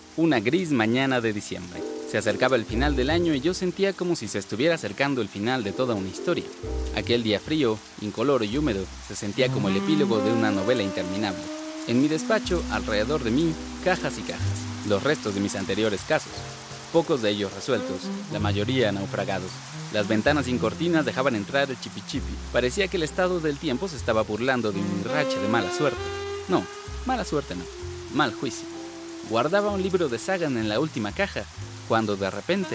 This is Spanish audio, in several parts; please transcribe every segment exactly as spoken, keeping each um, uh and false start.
Una gris mañana de diciembre. Se acercaba el final del año y yo sentía como si se estuviera acercando el final de toda una historia. Aquel día frío, incoloro y húmedo se sentía como el epílogo de una novela interminable. En mi despacho, alrededor de mí, cajas y cajas, los restos de mis anteriores casos. Pocos de ellos resueltos, la mayoría naufragados. Las ventanas sin cortinas dejaban entrar el chipi-chipi. Parecía que el estado del tiempo se estaba burlando de mi racha de mala suerte. No, mala suerte no, mal juicio. Guardaba un libro de Sagan en la última caja, cuando de repente...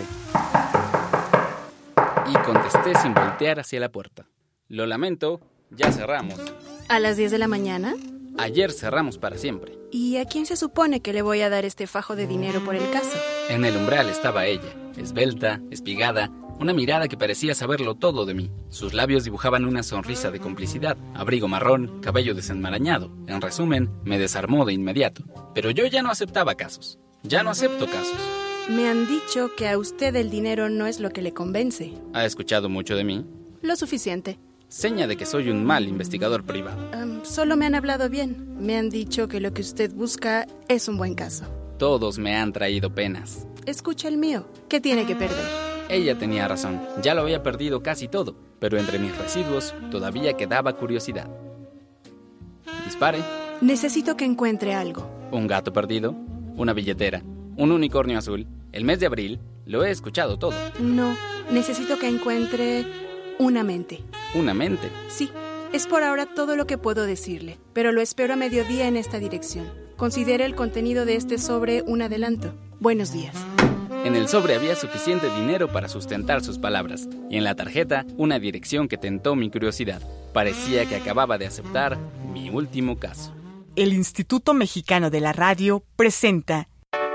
Y contesté sin voltear hacia la puerta. Lo lamento, ya cerramos. ¿A las diez de la mañana? Ayer cerramos para siempre. ¿Y a quién se supone que le voy a dar este fajo de dinero por el caso? En el umbral estaba ella, esbelta, espigada, una mirada que parecía saberlo todo de mí. Sus labios dibujaban una sonrisa de complicidad, abrigo marrón, cabello desenmarañado. En resumen, me desarmó de inmediato. Pero yo ya no aceptaba casos. Ya no acepto casos. Me han dicho que a usted el dinero no es lo que le convence. ¿Ha escuchado mucho de mí? Lo suficiente. Seña de que soy un mal investigador privado. Um, solo me han hablado bien. Me han dicho que lo que usted busca es un buen caso. Todos me han traído penas. Escucha el mío. ¿Qué tiene que perder? Ella tenía razón. Ya lo había perdido casi todo. Pero entre mis residuos todavía quedaba curiosidad. Dispare. Necesito que encuentre algo. Un gato perdido. Una billetera. Un unicornio azul. El mes de abril. Lo he escuchado todo. No. Necesito que encuentre una mente. ¿Una mente? Sí. Es por ahora todo lo que puedo decirle. Pero lo espero a mediodía en esta dirección. Considere el contenido de este sobre un adelanto. Buenos días. En el sobre había suficiente dinero para sustentar sus palabras, y en la tarjeta una dirección que tentó mi curiosidad. Parecía que acababa de aceptar mi último caso. El Instituto Mexicano de la Radio presenta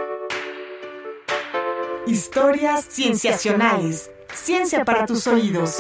Historias Cienciacionales. Ciencia para tus oídos.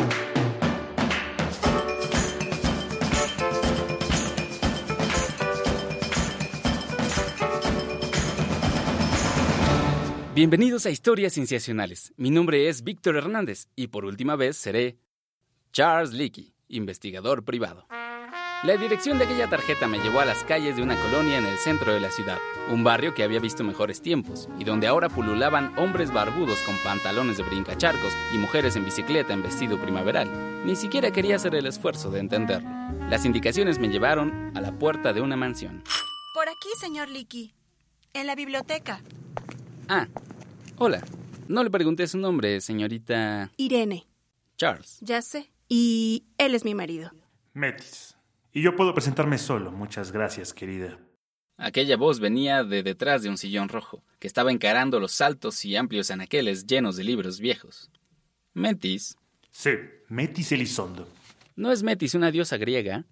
Bienvenidos a Historias Cienciacionales. Mi nombre es Víctor Hernández y por última vez seré Charles Leakey, investigador privado. La dirección de aquella tarjeta me llevó a las calles de una colonia en el centro de la ciudad, un barrio que había visto mejores tiempos y donde ahora pululaban hombres barbudos con pantalones de brincacharcos y mujeres en bicicleta en vestido primaveral. Ni siquiera quería hacer el esfuerzo de entenderlo. Las indicaciones me llevaron a la puerta de una mansión. Por aquí, señor Leakey. En la biblioteca. Ah, hola. No le pregunté su nombre, señorita... Irene. Charles. Ya sé. Y él es mi marido. Metis. Y yo puedo presentarme solo. Muchas gracias, querida. Aquella voz venía de detrás de un sillón rojo, que estaba encarando los altos y amplios anaqueles llenos de libros viejos. ¿Metis? Sí, Metis Elizondo. ¿No es Metis una diosa griega?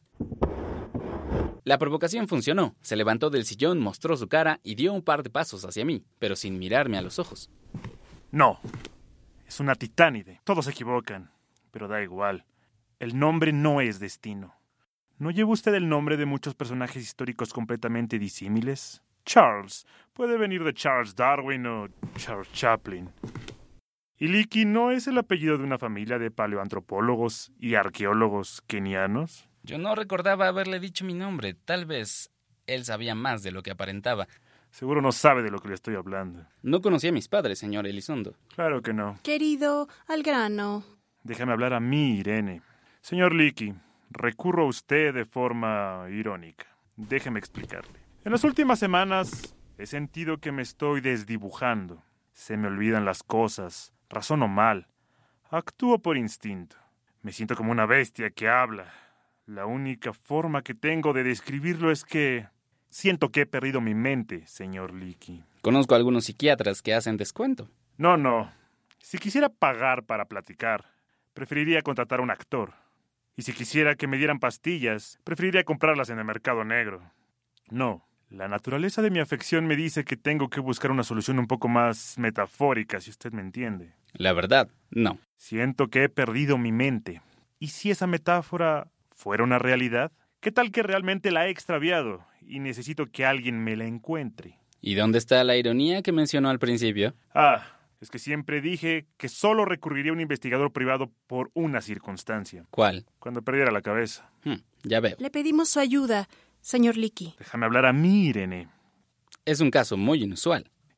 La provocación funcionó. Se levantó del sillón, mostró su cara y dio un par de pasos hacia mí, pero sin mirarme a los ojos. No, es una titánide. Todos se equivocan, pero da igual. El nombre no es destino. ¿No lleva usted el nombre de muchos personajes históricos completamente disímiles? Charles puede venir de Charles Darwin o Charles Chaplin. Y Leakey no es el apellido de una familia de paleoantropólogos y arqueólogos kenianos. Yo no recordaba haberle dicho mi nombre. Tal vez él sabía más de lo que aparentaba. Seguro no sabe de lo que le estoy hablando. No conocí a mis padres, señor Elizondo. Claro que no. Querido, al grano. Déjame hablar a mí, Irene. Señor Leakey, recurro a usted de forma irónica. Déjeme explicarle. En las últimas semanas he sentido que me estoy desdibujando. Se me olvidan las cosas. Razono mal. Actúo por instinto. Me siento como una bestia que habla. La única forma que tengo de describirlo es que siento que he perdido mi mente, señor Leakey. Conozco a algunos psiquiatras que hacen descuento. No, no. Si quisiera pagar para platicar, preferiría contratar a un actor. Y si quisiera que me dieran pastillas, preferiría comprarlas en el mercado negro. No, la naturaleza de mi afección me dice que tengo que buscar una solución un poco más metafórica, si usted me entiende. La verdad, no. Siento que he perdido mi mente. ¿Y si esa metáfora fuera una realidad? ¿Qué tal que realmente la he extraviado y necesito que alguien me la encuentre? ¿Y dónde está la ironía que mencionó al principio? Ah, es que siempre dije que solo recurriría a un investigador privado por una circunstancia. ¿Cuál? Cuando perdiera la cabeza. Hmm, ya veo. Le pedimos su ayuda, señor Leakey. Déjame hablar a mí, Irene. Es un caso muy inusual.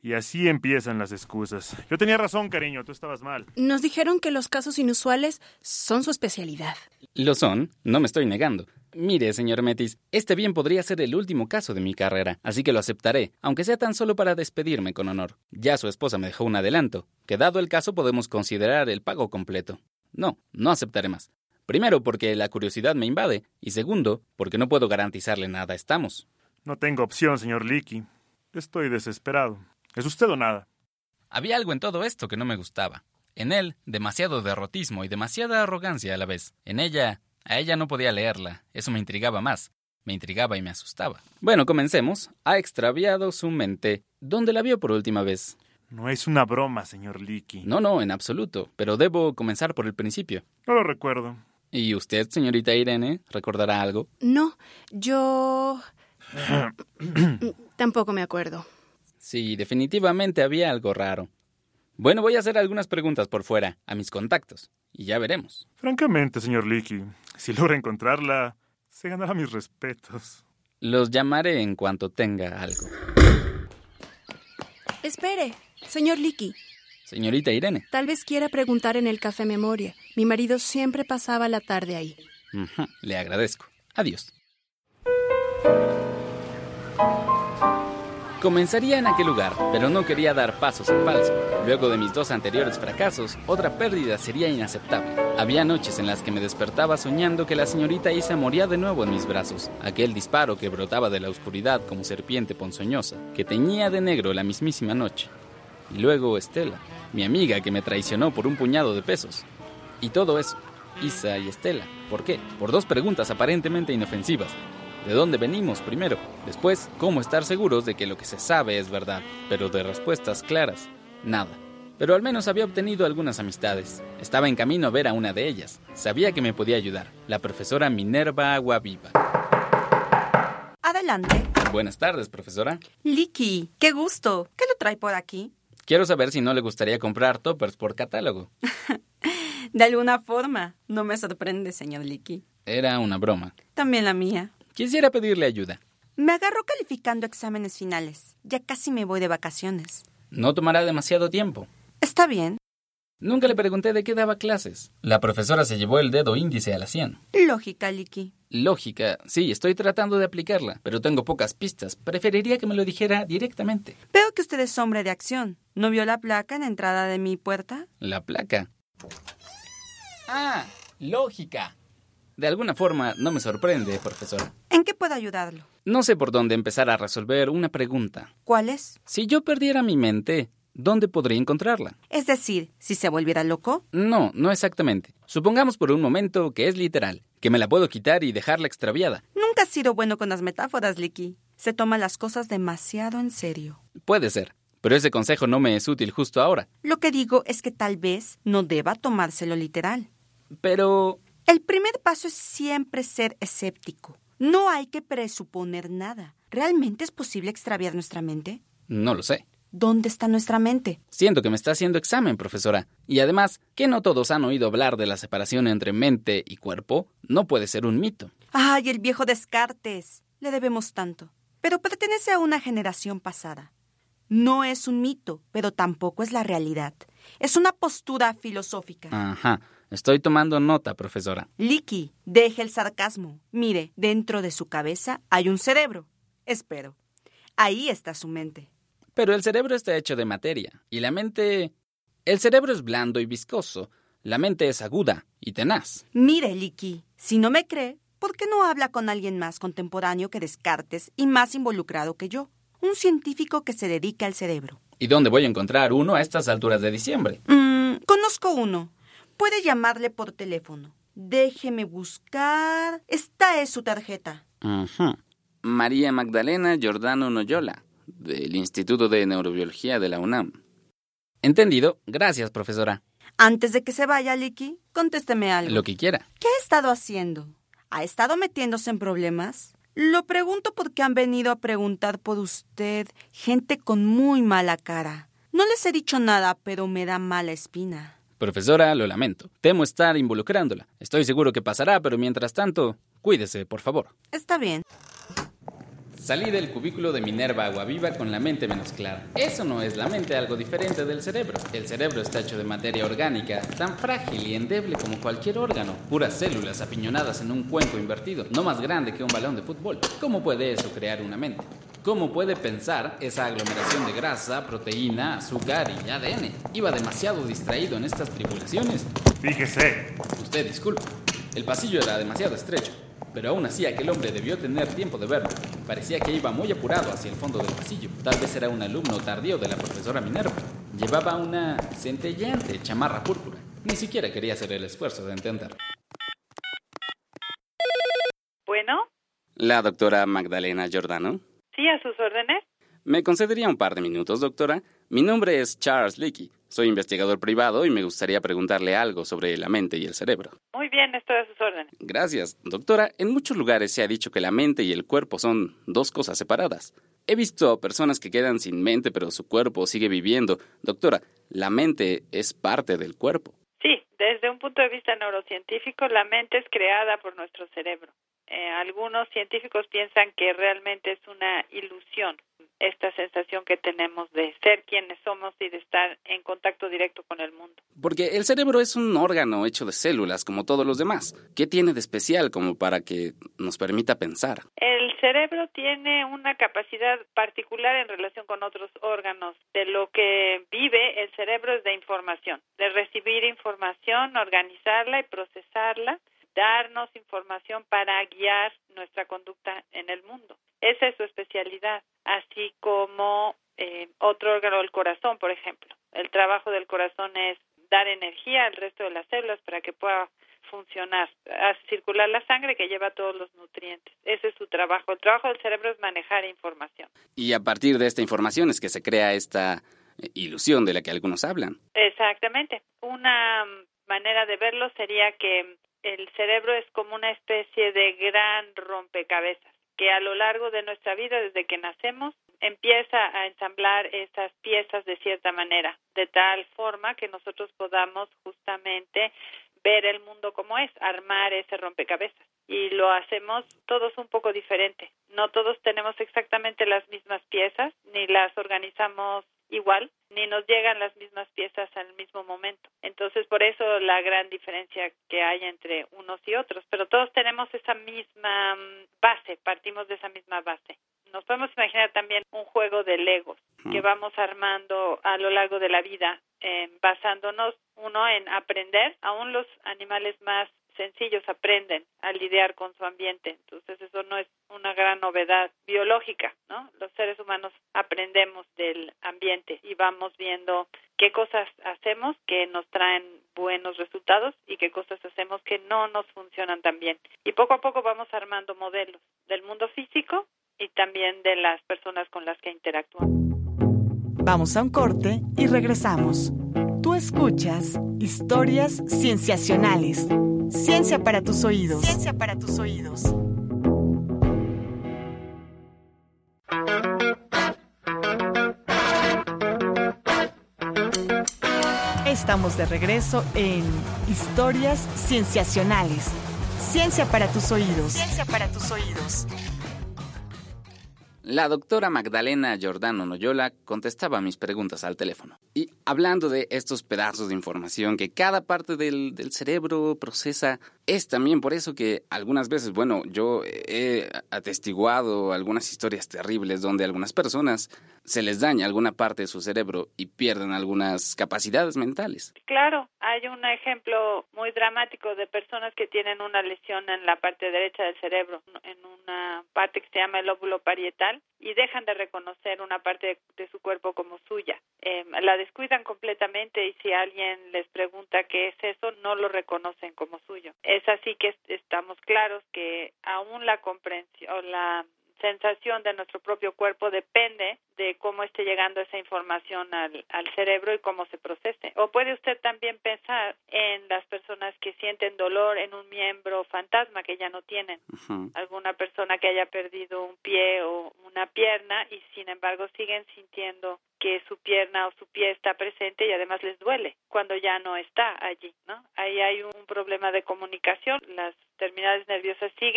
Y así empiezan las excusas. Yo tenía razón, cariño, tú estabas mal. Nos dijeron que los casos inusuales son su especialidad. Lo son, no me estoy negando. Mire, señor Metis, este bien podría ser el último caso de mi carrera, así que lo aceptaré, aunque sea tan solo para despedirme con honor. Ya su esposa me dejó un adelanto, que dado el caso podemos considerar el pago completo. No, no aceptaré más. Primero, porque la curiosidad me invade, y segundo, porque no puedo garantizarle nada. Estamos. No tengo opción, señor Leakey. Estoy desesperado. ¿Es usted o nada? Había algo en todo esto que no me gustaba. En él, demasiado derrotismo y demasiada arrogancia a la vez. En ella, a ella no podía leerla. Eso me intrigaba más. Me intrigaba y me asustaba. Bueno, comencemos. Ha extraviado su mente. ¿Dónde la vio por última vez? No es una broma, señor Leakey. No, no, en absoluto. Pero debo comenzar por el principio. No lo recuerdo. ¿Y usted, señorita Irene, recordará algo? No, yo... Tampoco me acuerdo. Sí, definitivamente había algo raro. Bueno, voy a hacer algunas preguntas por fuera, a mis contactos, y ya veremos. Francamente, señor Leakey, si logra encontrarla, se ganará mis respetos. Los llamaré en cuanto tenga algo. Espere, señor Leakey. Señorita Irene. Tal vez quiera preguntar en el Café Memoria. Mi marido siempre pasaba la tarde ahí. Uh-huh. Le agradezco. Adiós. Comenzaría en aquel lugar, pero no quería dar pasos en falso. Luego de mis dos anteriores fracasos, otra pérdida sería inaceptable. Había noches en las que me despertaba soñando que la señorita Isa moría de nuevo en mis brazos. Aquel disparo que brotaba de la oscuridad como serpiente ponzoñosa, que teñía de negro la mismísima noche. Y luego Estela, mi amiga que me traicionó por un puñado de pesos. Y todo eso, Isa y Estela. ¿Por qué? Por dos preguntas aparentemente inofensivas. ¿De dónde venimos primero? Después, ¿cómo estar seguros de que lo que se sabe es verdad? Pero de respuestas claras, nada. Pero al menos había obtenido algunas amistades. Estaba en camino a ver a una de ellas. Sabía que me podía ayudar, la profesora Minerva Aguaviva. Adelante. Buenas tardes, profesora. Leakey, qué gusto. ¿Qué lo trae por aquí? Quiero saber si no le gustaría comprar toppers por catálogo. De alguna forma. No me sorprende, señor Leakey. Era una broma. También la mía. Quisiera pedirle ayuda. Me agarró calificando exámenes finales. Ya casi me voy de vacaciones. No tomará demasiado tiempo. Está bien. Nunca le pregunté de qué daba clases. La profesora se llevó el dedo índice a la sien. Lógica, Leakey. Lógica, sí, estoy tratando de aplicarla, pero tengo pocas pistas. Preferiría que me lo dijera directamente. Veo que usted es hombre de acción. ¿No vio la placa en la entrada de mi puerta? La placa. Ah, lógica. De alguna forma no me sorprende, profesora. ¿En qué puedo ayudarlo? No sé por dónde empezar a resolver una pregunta. ¿Cuál es? Si yo perdiera mi mente, ¿dónde podría encontrarla? Es decir, si se volviera loco. No, no exactamente. Supongamos por un momento que es literal, que me la puedo quitar y dejarla extraviada. Nunca has sido bueno con las metáforas, Leakey. Se toma las cosas demasiado en serio. Puede ser, pero ese consejo no me es útil justo ahora. Lo que digo es que tal vez no deba tomárselo literal. Pero... El primer paso es siempre ser escéptico. No hay que presuponer nada. ¿Realmente es posible extraviar nuestra mente? No lo sé. ¿Dónde está nuestra mente? Siento que me está haciendo examen, profesora. Y además, ¿que no todos han oído hablar de la separación entre mente y cuerpo? No puede ser un mito. ¡Ay, el viejo Descartes! Le debemos tanto. Pero pertenece a una generación pasada. No es un mito, pero tampoco es la realidad. Es una postura filosófica. Ajá. Estoy tomando nota, profesora. Leakey, deje el sarcasmo. Mire, dentro de su cabeza hay un cerebro. Espero. Ahí está su mente. Pero el cerebro está hecho de materia. Y la mente... El cerebro es blando y viscoso. La mente es aguda y tenaz. Mire, Leakey, si no me cree, ¿por qué no habla con alguien más contemporáneo que Descartes y más involucrado que yo? Un científico que se dedica al cerebro. ¿Y dónde voy a encontrar uno a estas alturas de diciembre? Mm, conozco uno. Puede llamarle por teléfono. Déjeme buscar. Esta es su tarjeta. Uh-huh. María Magdalena Giordano Noyola, del Instituto de Neurobiología de la UNAM. Entendido. Gracias, profesora. Antes de que se vaya, Leakey, contésteme algo. Lo que quiera. ¿Qué ha estado haciendo? ¿Ha estado metiéndose en problemas? Lo pregunto porque han venido a preguntar por usted gente con muy mala cara. No les he dicho nada, pero me da mala espina. Profesora, lo lamento. Temo estar involucrándola. Estoy seguro que pasará, pero mientras tanto, cuídese, por favor. Está bien. Salí del cubículo de Minerva Aguaviva con la mente menos clara. Eso no es la mente, algo diferente del cerebro. El cerebro está hecho de materia orgánica, tan frágil y endeble como cualquier órgano. Puras células apiñonadas en un cuenco invertido, no más grande que un balón de fútbol. ¿Cómo puede eso crear una mente? ¿Cómo puede pensar esa aglomeración de grasa, proteína, azúcar y A D N? Iba demasiado distraído en estas tribulaciones. Fíjese. Usted disculpe. El pasillo era demasiado estrecho, pero aún así aquel hombre debió tener tiempo de verlo. Parecía que iba muy apurado hacia el fondo del pasillo. Tal vez era un alumno tardío de la profesora Minerva. Llevaba una centelleante chamarra púrpura. Ni siquiera quería hacer el esfuerzo de entenderlo. Bueno. ¿La doctora Magdalena Giordano? Sí, a sus órdenes. ¿Me concedería un par de minutos, doctora? Mi nombre es Charles Leakey. Soy investigador privado y me gustaría preguntarle algo sobre la mente y el cerebro. Muy bien, estoy a sus órdenes. Gracias. Doctora, en muchos lugares se ha dicho que la mente y el cuerpo son dos cosas separadas. He visto personas que quedan sin mente, pero su cuerpo sigue viviendo. Doctora, ¿la mente es parte del cuerpo? Sí, desde un punto de vista neurocientífico, la mente es creada por nuestro cerebro. Eh, algunos científicos piensan que realmente es una ilusión esta sensación que tenemos de ser quienes somos y de estar en contacto directo con el mundo. Porque el cerebro es un órgano hecho de células como todos los demás. ¿Qué tiene de especial como para que nos permita pensar? El cerebro tiene una capacidad particular en relación con otros órganos. De lo que vive el cerebro es de información, de recibir información, organizarla y procesarla, darnos información para guiar nuestra conducta en el mundo. Esa es su especialidad, así como eh, otro órgano, el corazón, por ejemplo. El trabajo del corazón es dar energía al resto de las células para que pueda funcionar, hace circular la sangre que lleva todos los nutrientes. Ese es su trabajo. El trabajo del cerebro es manejar información. Y a partir de esta información es que se crea esta ilusión de la que algunos hablan. Exactamente. Una manera de verlo sería que el cerebro es como una especie de gran rompecabezas, que a lo largo de nuestra vida, desde que nacemos, empieza a ensamblar esas piezas de cierta manera, de tal forma que nosotros podamos justamente ver el mundo como es, armar ese rompecabezas. Y lo hacemos todos un poco diferente. No todos tenemos exactamente las mismas piezas, ni las organizamos igual, ni nos llegan las mismas piezas al mismo momento. Entonces, por eso la gran diferencia que hay entre unos y otros. Pero todos tenemos esa misma base, partimos de esa misma base. Nos podemos imaginar también un juego de Legos que vamos armando a lo largo de la vida, eh, basándonos, uno, en aprender. Aún los animales más sencillos aprenden a lidiar con su ambiente. Entonces, eso no es una gran novedad biológica, ¿no? Los seres humanos aprendemos del ambiente y vamos viendo qué cosas hacemos que nos traen buenos resultados y qué cosas hacemos que no nos funcionan tan bien. Y poco a poco vamos armando modelos del mundo físico y también de las personas con las que interactuamos. Vamos a un corte y regresamos. Tú escuchas Historias Cienciacionales. Ciencia para tus oídos. Ciencia para tus oídos. Estamos de regreso en Historias Cienciacionales. Ciencia para tus oídos. Ciencia para tus oídos. La doctora Magdalena Giordano Noyola contestaba mis preguntas al teléfono. Y hablando de estos pedazos de información que cada parte del, del cerebro procesa, es también por eso que algunas veces, bueno, yo he atestiguado algunas historias terribles donde a algunas personas se les daña alguna parte de su cerebro y pierden algunas capacidades mentales. Claro, hay un ejemplo muy dramático de personas que tienen una lesión en la parte derecha del cerebro, en una parte que se llama el lóbulo parietal, y dejan de reconocer una parte de, de su cuerpo como suya. Eh, la descuidan completamente y si alguien les pregunta qué es eso, no lo reconocen como suyo. Es así que est- estamos claros que aún la comprensión o la sensación de nuestro propio cuerpo depende de cómo esté llegando esa información al, al cerebro y cómo se procese. O puede usted también pensar en las personas que sienten dolor en un miembro fantasma que ya no tienen. Uh-huh. Alguna persona que haya perdido un pie o una pierna y sin embargo siguen sintiendo que su pierna o su pie está presente y además les duele cuando ya no está allí, ¿no? Ahí hay un problema de comunicación. Las terminales nerviosas siguen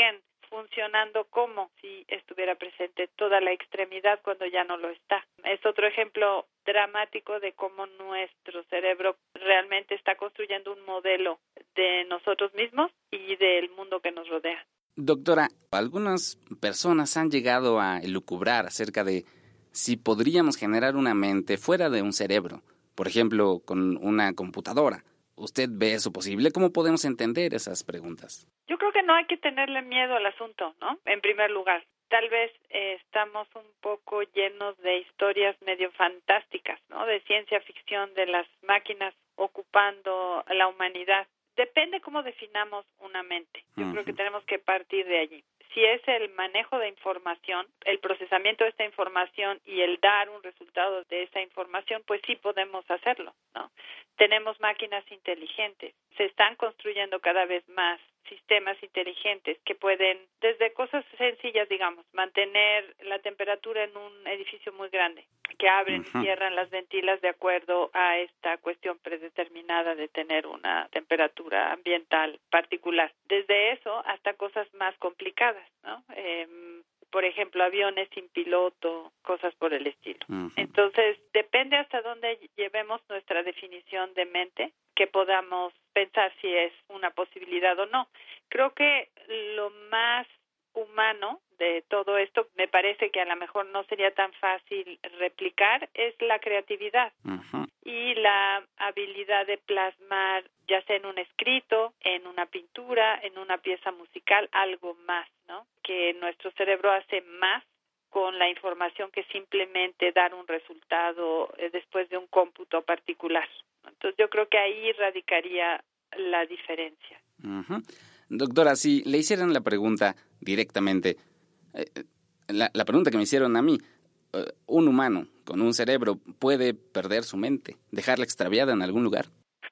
funcionando como si estuviera presente toda la extremidad cuando ya no lo está. Es otro ejemplo dramático de cómo nuestro cerebro realmente está construyendo un modelo de nosotros mismos y del mundo que nos rodea. Doctora, algunas personas han llegado a elucubrar acerca de si podríamos generar una mente fuera de un cerebro, por ejemplo, con una computadora. ¿Usted ve eso posible? ¿Cómo podemos entender esas preguntas? Yo creo que no hay que tenerle miedo al asunto, ¿no? En primer lugar, tal vez eh, estamos un poco llenos de historias medio fantásticas, ¿no? De ciencia ficción, de las máquinas ocupando la humanidad. Depende cómo definamos una mente. Yo uh-huh. creo que tenemos que partir de allí. Si es el manejo de información, el procesamiento de esta información y el dar un resultado de esa información, pues sí podemos hacerlo, ¿no? Tenemos máquinas inteligentes. Se están construyendo cada vez más sistemas inteligentes que pueden, desde cosas sencillas, digamos, mantener la temperatura en un edificio muy grande, que abren uh-huh. y cierran las ventilas de acuerdo a esta cuestión predeterminada de tener una temperatura ambiental particular. Desde eso hasta cosas más complicadas, ¿no? Eh, por ejemplo, aviones sin piloto, cosas por el estilo. Uh-huh. Entonces, depende hasta dónde llevemos nuestra definición de mente, que podamos pensar si es una posibilidad o no. Creo que lo más humano de todo esto, me parece que a lo mejor no sería tan fácil replicar, es la creatividad uh-huh. y la habilidad de plasmar, ya sea en un escrito, en una pintura, en una pieza musical, algo más, ¿no? Que nuestro cerebro hace más con la información que simplemente dar un resultado eh, después de un cómputo particular. Entonces yo creo que ahí radicaría la diferencia. Uh-huh. Doctora, si le hicieran la pregunta directamente, eh, la, la pregunta que me hicieron a mí, eh, ¿un humano con un cerebro puede perder su mente, dejarla extraviada en algún lugar?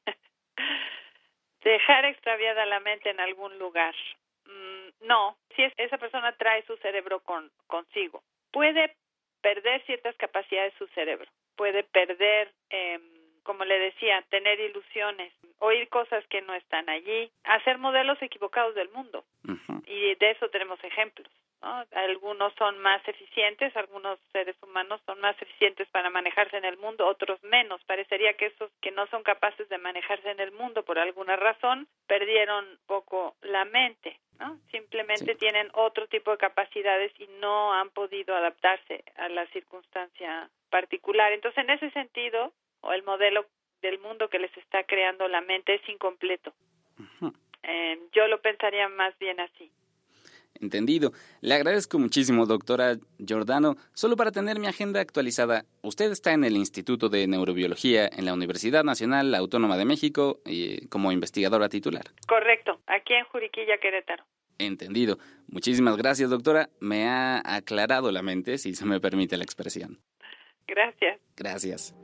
Dejar extraviada la mente en algún lugar. Mm, no, si es, esa persona trae su cerebro con, consigo. Puede perder ciertas capacidades de su cerebro, puede perder... Eh, como le decía, tener ilusiones, oír cosas que no están allí, hacer modelos equivocados del mundo. Uh-huh. Y de eso tenemos ejemplos, ¿no? Algunos son más eficientes, algunos seres humanos son más eficientes para manejarse en el mundo, otros menos. Parecería que esos que no son capaces de manejarse en el mundo por alguna razón, perdieron poco la mente, ¿no? Simplemente sí. tienen otro tipo de capacidades y no han podido adaptarse a la circunstancia particular. Entonces, en ese sentido, o el modelo del mundo que les está creando la mente es incompleto. Uh-huh. Eh, yo lo pensaría más bien así. Entendido. Le agradezco muchísimo, doctora Giordano. Solo para tener mi agenda actualizada, usted está en el Instituto de Neurobiología en la Universidad Nacional Autónoma de México y como investigadora titular. Correcto, aquí en Juriquilla, Querétaro. Entendido. Muchísimas gracias, doctora. Me ha aclarado la mente, si se me permite la expresión. Gracias. Gracias.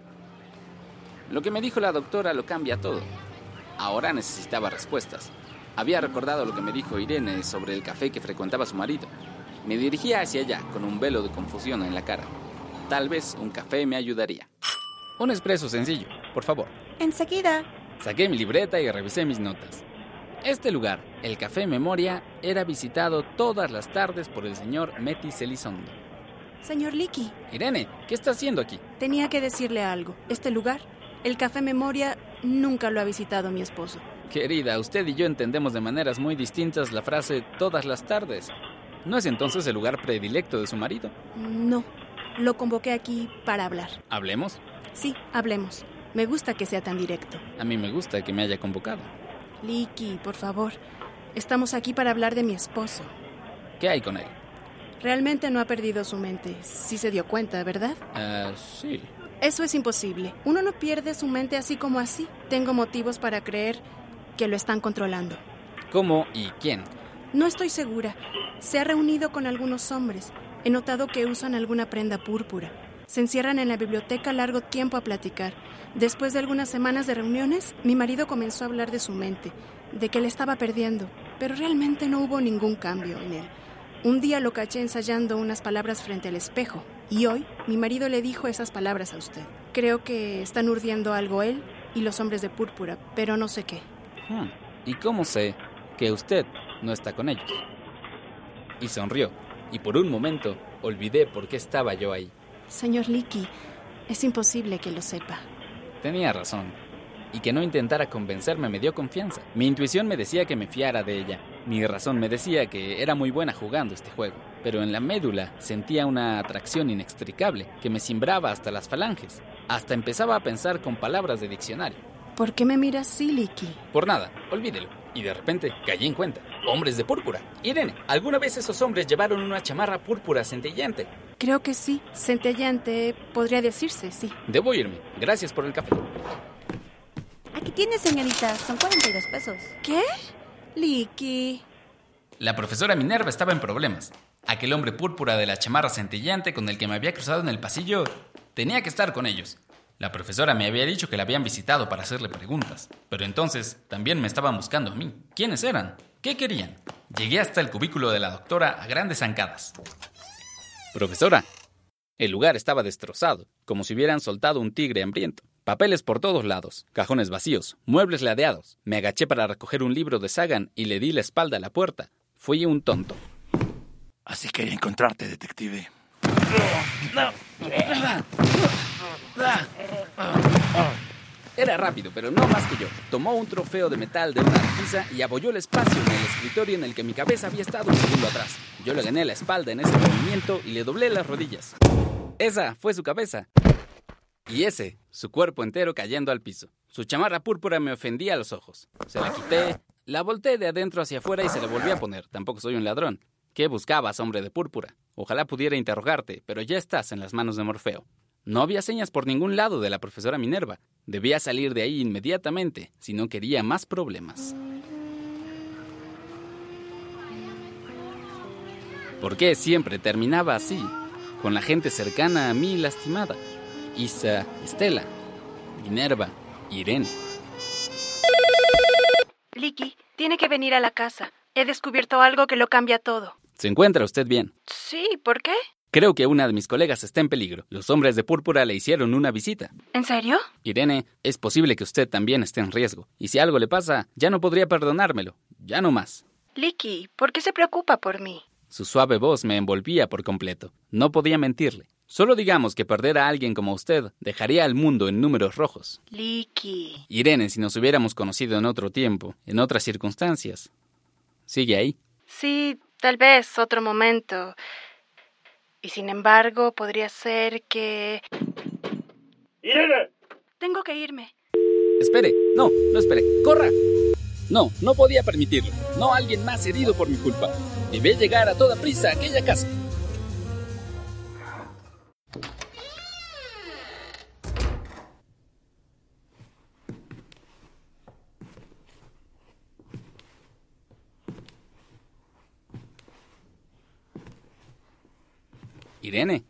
Lo que me dijo la doctora lo cambia todo. Ahora necesitaba respuestas. Había recordado lo que me dijo Irene sobre el café que frecuentaba su marido. Me dirigía hacia allá con un velo de confusión en la cara. Tal vez un café me ayudaría. Un expreso sencillo, por favor. Enseguida. Saqué mi libreta y revisé mis notas. Este lugar, el Café Memoria, era visitado todas las tardes por el señor Metis Elizondo. Señor Leakey. Irene, ¿qué está haciendo aquí? Tenía que decirle algo. Este lugar, el Café Memoria, nunca lo ha visitado mi esposo. Querida, usted y yo entendemos de maneras muy distintas la frase todas las tardes. ¿No es entonces el lugar predilecto de su marido? No, lo convoqué aquí para hablar. ¿Hablemos? Sí, hablemos. Me gusta que sea tan directo. A mí me gusta que me haya convocado. Leakey, por favor. Estamos aquí para hablar de mi esposo. ¿Qué hay con él? Realmente no ha perdido su mente. Sí se dio cuenta, ¿verdad? Ah, uh, sí. Eso es imposible. Uno no pierde su mente así como así. Tengo motivos para creer que lo están controlando. ¿Cómo y quién? No estoy segura. Se ha reunido con algunos hombres. He notado que usan alguna prenda púrpura. Se encierran en la biblioteca largo tiempo a platicar. Después de algunas semanas de reuniones, mi marido comenzó a hablar de su mente, de que le estaba perdiendo, pero realmente no hubo ningún cambio en él. Un día lo caché ensayando unas palabras frente al espejo, y hoy mi marido le dijo esas palabras a usted. Creo que están urdiendo algo él y los hombres de púrpura, pero no sé qué. Hmm. ¿Y cómo sé que usted no está con ellos? y sonrió. Y por un momento olvidé por qué estaba yo ahí. Señor Leakey, es imposible que lo sepa. Tenía razón. Y que no intentara convencerme me dio confianza. Mi intuición me decía que me fiara de ella. Mi razón me decía que era muy buena jugando este juego. Pero en la médula sentía una atracción inextricable que me cimbraba hasta las falanges. Hasta empezaba a pensar con palabras de diccionario. ¿Por qué me mira así, Leakey? Por nada, olvídelo. Y de repente caí en cuenta. Hombres de púrpura. Irene, ¿alguna vez esos hombres llevaron una chamarra púrpura centellante? Creo que sí. Centellante podría decirse, sí. Debo irme. Gracias por el café. Aquí tiene, señorita. Son cuarenta y dos pesos. ¿Qué? Leakey. La profesora Minerva estaba en problemas. Aquel hombre púrpura de la chamarra centellante con el que me había cruzado en el pasillo tenía que estar con ellos. La profesora me había dicho que la habían visitado para hacerle preguntas. Pero entonces también me estaban buscando a mí. ¿Quiénes eran? ¿Qué querían? Llegué hasta el cubículo de la doctora a grandes zancadas. Profesora, el lugar estaba destrozado, como si hubieran soltado un tigre hambriento. Papeles por todos lados, cajones vacíos, muebles ladeados. Me agaché para recoger un libro de Sagan y le di la espalda a la puerta. Fui un tonto. Así quería encontrarte, detective. Era rápido, pero no más que yo. Tomó un trofeo de metal de una repisa y abolló el espacio en el escritorio en el que mi cabeza había estado un segundo atrás. Yo le gané la espalda en ese movimiento y le doblé las rodillas. Esa fue su cabeza. Y ese, su cuerpo entero cayendo al piso. Su chamarra púrpura me ofendía a los ojos. Se la quité, la volteé de adentro hacia afuera y se la volví a poner. Tampoco soy un ladrón. ¿Qué buscabas, hombre de púrpura? Ojalá pudiera interrogarte, pero ya estás en las manos de Morfeo. No había señas por ningún lado de la profesora Minerva. Debía salir de ahí inmediatamente, si no quería más problemas. ¿Por qué siempre terminaba así? Con la gente cercana a mí lastimada. Isa, Estela, Minerva, Irene. Leakey, tiene que venir a la casa. He descubierto algo que lo cambia todo. ¿Se encuentra usted bien? Sí, ¿por qué? Creo que una de mis colegas está en peligro. Los hombres de púrpura le hicieron una visita. ¿En serio? Irene, es posible que usted también esté en riesgo. Y si algo le pasa, ya no podría perdonármelo. Ya no más. Leakey, ¿por qué se preocupa por mí? Su suave voz me envolvía por completo. No podía mentirle. Solo digamos que perder a alguien como usted dejaría al mundo en números rojos. Leakey. Irene, si nos hubiéramos conocido en otro tiempo, en otras circunstancias. ¿Sigue ahí? Sí, tal vez otro momento. Y sin embargo, podría ser que... ¡Irene! Tengo que irme. Espere, no, no espere, ¡corra! No, no podía permitirlo. No alguien más herido por mi culpa. Debí llegar a toda prisa a aquella casa. Irene.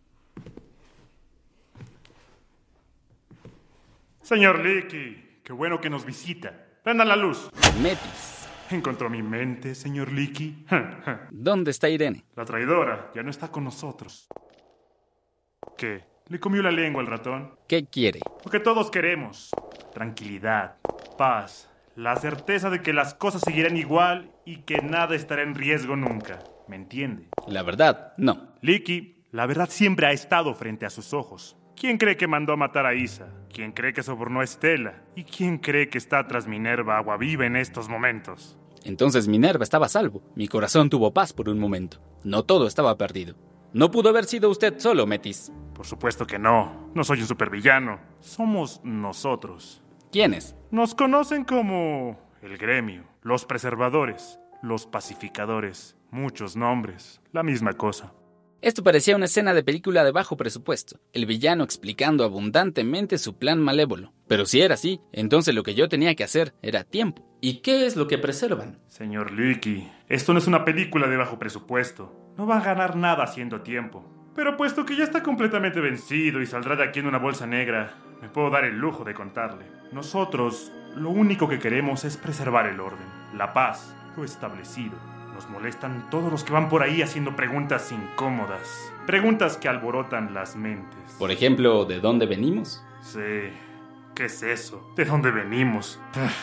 Señor Leakey, qué bueno que nos visita. Prendan la luz. Metis. ¿Encontró mi mente, señor Leakey? ¿Dónde está Irene? La traidora ya no está con nosotros. ¿Qué? ¿Le comió la lengua al ratón? ¿Qué quiere? Lo que todos queremos. Tranquilidad, paz, la certeza de que las cosas seguirán igual y que nada estará en riesgo nunca. ¿Me entiende? La verdad, no. Leakey, la verdad siempre ha estado frente a sus ojos. ¿Quién cree que mandó a matar a Isa? ¿Quién cree que sobornó a Estela? ¿Y quién cree que está tras Minerva agua viva en estos momentos? Entonces Minerva estaba a salvo. Mi corazón tuvo paz por un momento. No todo estaba perdido. No pudo haber sido usted solo, Metis. Por supuesto que no. No soy un supervillano. Somos nosotros. ¿Quiénes? Nos conocen como el gremio, los preservadores, los pacificadores. Muchos nombres. La misma cosa. Esto parecía una escena de película de bajo presupuesto, el villano explicando abundantemente su plan malévolo. Pero si era así, entonces lo que yo tenía que hacer era tiempo. ¿Y qué es lo que preservan? Señor Leakey, esto no es una película de bajo presupuesto. No va a ganar nada haciendo tiempo. Pero puesto que ya está completamente vencido y saldrá de aquí en una bolsa negra, me puedo dar el lujo de contarle. Nosotros, lo único que queremos es preservar el orden, la paz, lo establecido. Nos molestan todos los que van por ahí haciendo preguntas incómodas. Preguntas que alborotan las mentes. Por ejemplo, ¿de dónde venimos? Sí, ¿qué es eso? ¿De dónde venimos?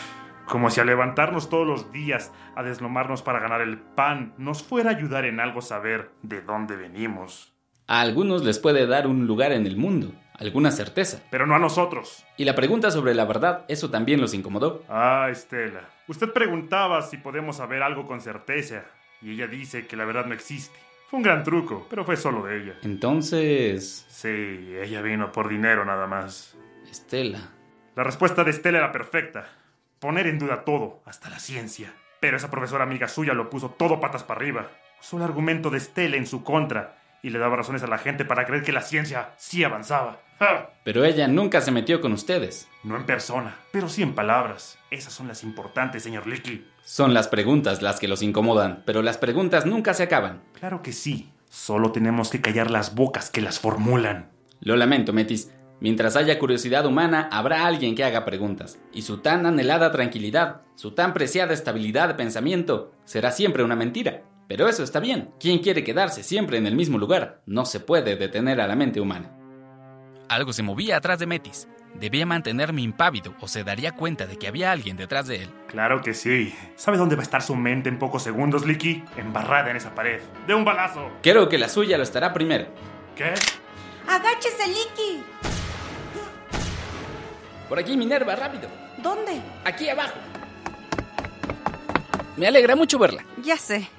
Como si al levantarnos todos los días a deslomarnos para ganar el pan nos fuera a ayudar en algo saber de dónde venimos. A algunos les puede dar un lugar en el mundo, alguna certeza. Pero no a nosotros. Y la pregunta sobre la verdad, ¿eso también los incomodó? Ah, Estela, usted preguntaba si podemos saber algo con certeza, y ella dice que la verdad no existe. Fue un gran truco, pero fue solo de ella. Entonces... Sí, ella vino por dinero nada más. Estela... La respuesta de Estela era perfecta. Poner en duda todo, hasta la ciencia. Pero esa profesora amiga suya lo puso todo patas para arriba. Usó el argumento de Estela en su contra y le daba razones a la gente para creer que la ciencia sí avanzaba. ¡Ja! Pero ella nunca se metió con ustedes. No en persona, pero sí en palabras. Esas son las importantes, señor Leakey. Son las preguntas las que los incomodan, pero las preguntas nunca se acaban. Claro que sí. Solo tenemos que callar las bocas que las formulan. Lo lamento, Metis. Mientras haya curiosidad humana, habrá alguien que haga preguntas. Y su tan anhelada tranquilidad, su tan preciada estabilidad de pensamiento, será siempre una mentira. Pero eso está bien. ¿Quién quiere quedarse siempre en el mismo lugar? No se puede detener a la mente humana. Algo se movía atrás de Metis. Debía mantenerme impávido o se daría cuenta de que había alguien detrás de él. Claro que sí. ¿Sabe dónde va a estar su mente en pocos segundos, Leakey? Embarrada en esa pared. ¡De un balazo! Creo que la suya lo estará primero. ¿Qué? ¡Agáchese, Leakey! Por aquí, Minerva, rápido. ¿Dónde? Aquí abajo. Me alegra mucho verla. Ya sé.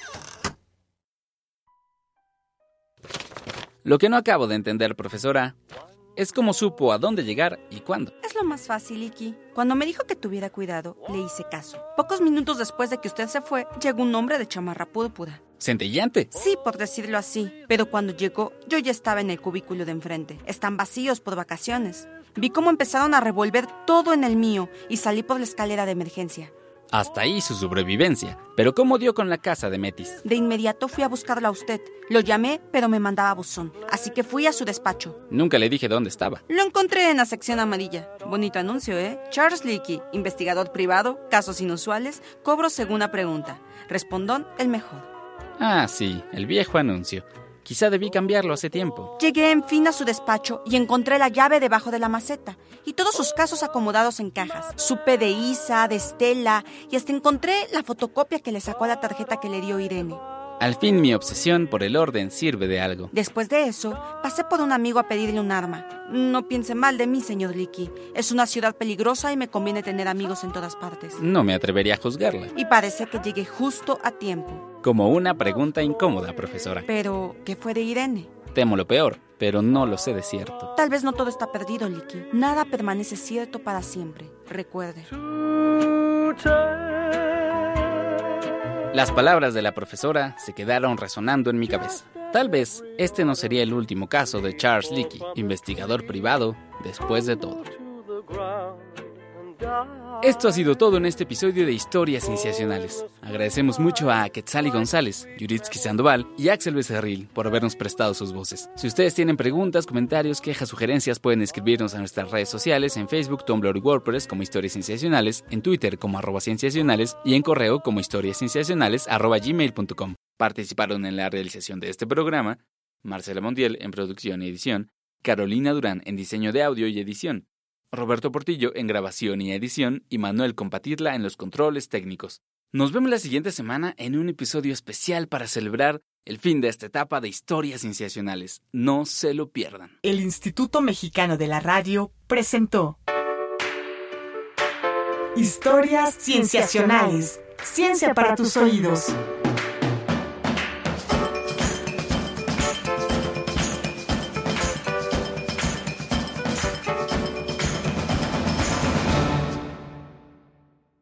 Lo que no acabo de entender, profesora, es cómo supo a dónde llegar y cuándo. Es lo más fácil, Leakey. Cuando me dijo que tuviera cuidado, le hice caso. Pocos minutos después de que usted se fue, llegó un hombre de chamarra púrpura. ¿Centellante? Sí, por decirlo así. Pero cuando llegó, yo ya estaba en el cubículo de enfrente. Están vacíos por vacaciones. Vi cómo empezaron a revolver todo en el mío y salí por la escalera de emergencia. Hasta ahí su sobrevivencia. Pero ¿cómo dio con la casa de Metis? De inmediato fui a buscarla a usted. Lo llamé, pero me mandaba buzón. Así que fui a su despacho. Nunca le dije dónde estaba. Lo encontré en la sección amarilla. Bonito anuncio, ¿eh? Charles Leakey, investigador privado, casos inusuales, cobro según la pregunta. Respondón, el mejor. Ah, sí, el viejo anuncio. Quizá debí cambiarlo hace tiempo. Llegué en fin a su despacho y encontré la llave debajo de la maceta y todos sus casos acomodados en cajas. Supe de Isa, de Estela y hasta encontré la fotocopia que le sacó a la tarjeta que le dio Irene. Al fin mi obsesión por el orden sirve de algo. Después de eso, pasé por un amigo a pedirle un arma. No piense mal de mí, señor Leakey. Es una ciudad peligrosa y me conviene tener amigos en todas partes. No me atrevería a juzgarla. Y parece que llegué justo a tiempo. Como una pregunta incómoda, profesora. Pero, ¿qué fue de Irene? Temo lo peor, pero no lo sé de cierto. Tal vez no todo está perdido, Leakey. Nada permanece cierto para siempre. Recuerde. Las palabras de la profesora se quedaron resonando en mi cabeza. Tal vez este no sería el último caso de Charles Leakey, investigador privado, después de todo. Esto ha sido todo en este episodio de Historias Cienciacionales. Agradecemos mucho a Quetzali González, Yuritsky Sandoval y Axel Becerril por habernos prestado sus voces. Si ustedes tienen preguntas, comentarios, quejas, sugerencias, pueden escribirnos a nuestras redes sociales en Facebook, Tumblr y WordPress como Historias Cienciacionales, en Twitter como arroba cienciacionales y en correo como historiascienciacionales arroba gmail punto com. Participaron en la realización de este programa Marcela Montiel en producción y edición, Carolina Durán en diseño de audio y edición, Roberto Portillo en grabación y edición y Manuel Compatitla en los controles técnicos. Nos vemos la siguiente semana en un episodio especial para celebrar el fin de esta etapa de Historias Cienciacionales. No se lo pierdan. El Instituto Mexicano de la Radio presentó Historias Cienciacionales. Ciencia para tus oídos.